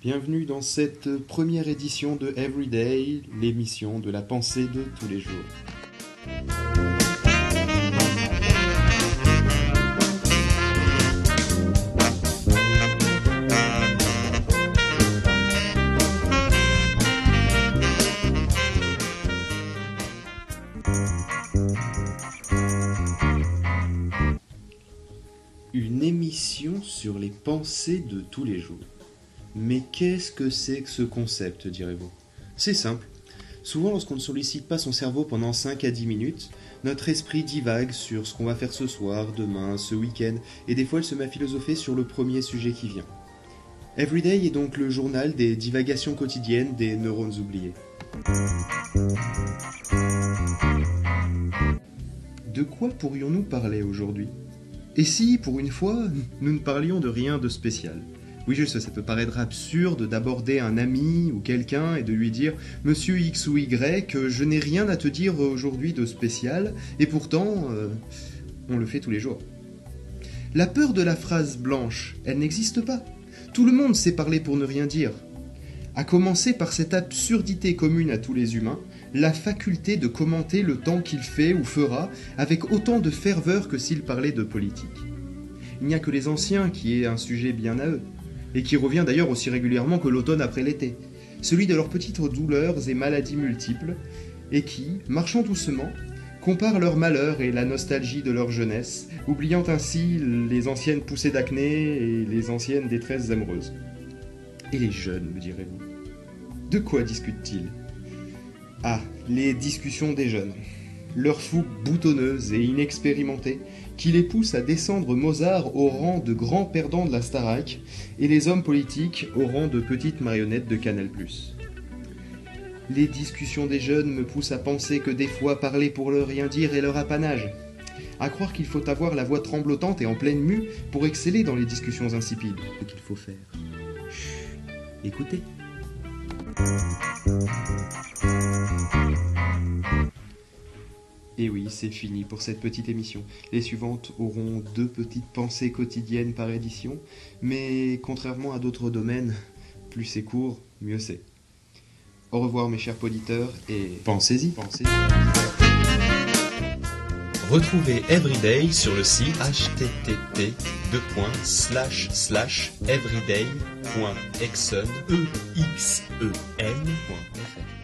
Bienvenue dans cette première édition de Everyday, l'émission de la pensée de tous les jours. Une émission sur les pensées de tous les jours. Mais qu'est-ce que c'est que ce concept, direz-vous? C'est simple. Souvent, lorsqu'on ne sollicite pas son cerveau pendant 5 à 10 minutes, notre esprit divague sur ce qu'on va faire ce soir, demain, ce week-end, et des fois, il se met à philosopher sur le premier sujet qui vient. Everyday est donc le journal des divagations quotidiennes des neurones oubliés. De quoi pourrions-nous parler aujourd'hui? Et si, pour une fois, nous ne parlions de rien de spécial? Oui, je sais, ça peut paraître absurde d'aborder un ami ou quelqu'un et de lui dire « Monsieur X ou Y, je n'ai rien à te dire aujourd'hui de spécial, et pourtant, on le fait tous les jours. » La peur de la phrase blanche, elle n'existe pas. Tout le monde sait parler pour ne rien dire. À commencer par cette absurdité commune à tous les humains, la faculté de commenter le temps qu'il fait ou fera avec autant de ferveur que s'il parlait de politique. Il n'y a que les anciens qui aient un sujet bien à eux, et qui revient d'ailleurs aussi régulièrement que l'automne après l'été, celui de leurs petites douleurs et maladies multiples, et qui, marchant doucement, comparent leurs malheurs et la nostalgie de leur jeunesse, oubliant ainsi les anciennes poussées d'acné et les anciennes détresses amoureuses. Et les jeunes, me direz-vous? De quoi discutent-ils? Ah, les discussions des jeunes. Leur fougue boutonneuse et inexpérimentée qui les pousse à descendre Mozart au rang de grands perdants de la Starac et les hommes politiques au rang de petites marionnettes de Canal+. Les discussions des jeunes me poussent à penser que des fois parler pour leur rien dire est leur apanage. À croire qu'il faut avoir la voix tremblotante et en pleine mue pour exceller dans les discussions insipides. Ce qu'il faut faire. Chut, écoutez. Et oui, c'est fini pour cette petite émission. Les suivantes auront 2 petites pensées quotidiennes par édition, mais contrairement à d'autres domaines, plus c'est court, mieux c'est. Au revoir mes chers auditeurs et pensez-y. Retrouvez Everyday sur le site http://everyday.exen.fr